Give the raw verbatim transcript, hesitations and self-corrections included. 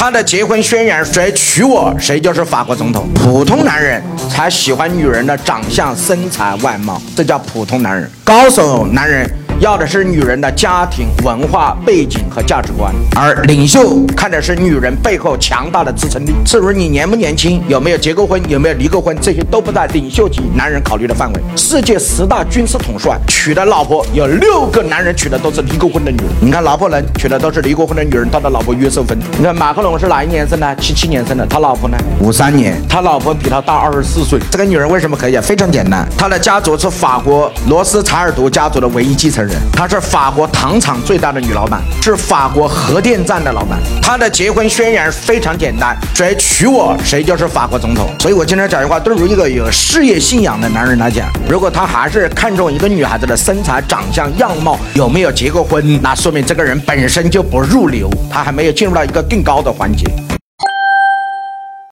他的结婚宣言，谁娶我谁就是法国总统。普通男人才喜欢女人的长相、身材、外貌，这叫普通男人。高手男人要的是女人的家庭、文化背景和价值观，而领袖看的是女人背后强大的支撑力。至于你年不年轻，有没有结过婚，有没有离过婚，这些都不在领袖级男人考虑的范围。世界十大军事统帅娶的老婆有六个男人娶的都是离过婚的女人。你看拿破仑娶的都是离过婚的女人，他的老婆约瑟芬。你看马克龙是哪一年生的？七七年生的，他老婆呢？五三年，他老婆比他大二十四岁。这个女人为什么可以？非常简单，她的家族是法国罗斯柴尔德家族的唯一继承人，她是法国糖厂最大的女老板，是法国核电站的老板。她的结婚宣言非常简单，谁娶我谁就是法国总统。所以我经常讲一句话，对于一个有事业信仰的男人来讲，如果他还是看重一个女孩子的身材、长相、样貌，有没有结过婚，那说明这个人本身就不入流，他还没有进入到一个更高的环节。